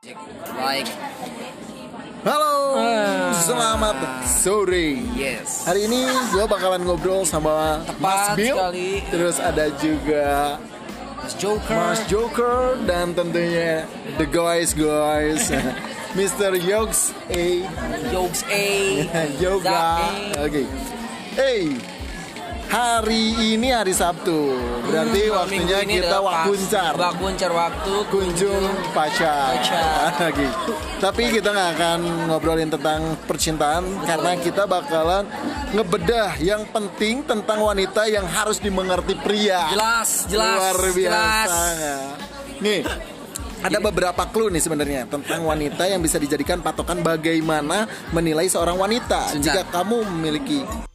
Like, Halo, selamat sore. yes. Hari ini gue bakalan ngobrol sama Mas Tepat Bill. sekali. Terus ada juga Mas Joker dan tentunya the guys, Mr. Yogs A. Jokes A. Yoga. Zak A. Oke. Hey, hari ini hari Sabtu. Berarti waktunya Minggu ini kita adalah wakuncar. waktu Kunjung pacar. Oke. Tapi kita nggak akan ngobrolin tentang percintaan. Karena kita bakalan ngebedah yang penting tentang wanita yang harus dimengerti pria. Jelas. Luar biasa. Jelas. Nih, ada beberapa clue nih sebenarnya tentang wanita yang bisa dijadikan patokan bagaimana menilai seorang wanita. Sebentar. Jika kamu memiliki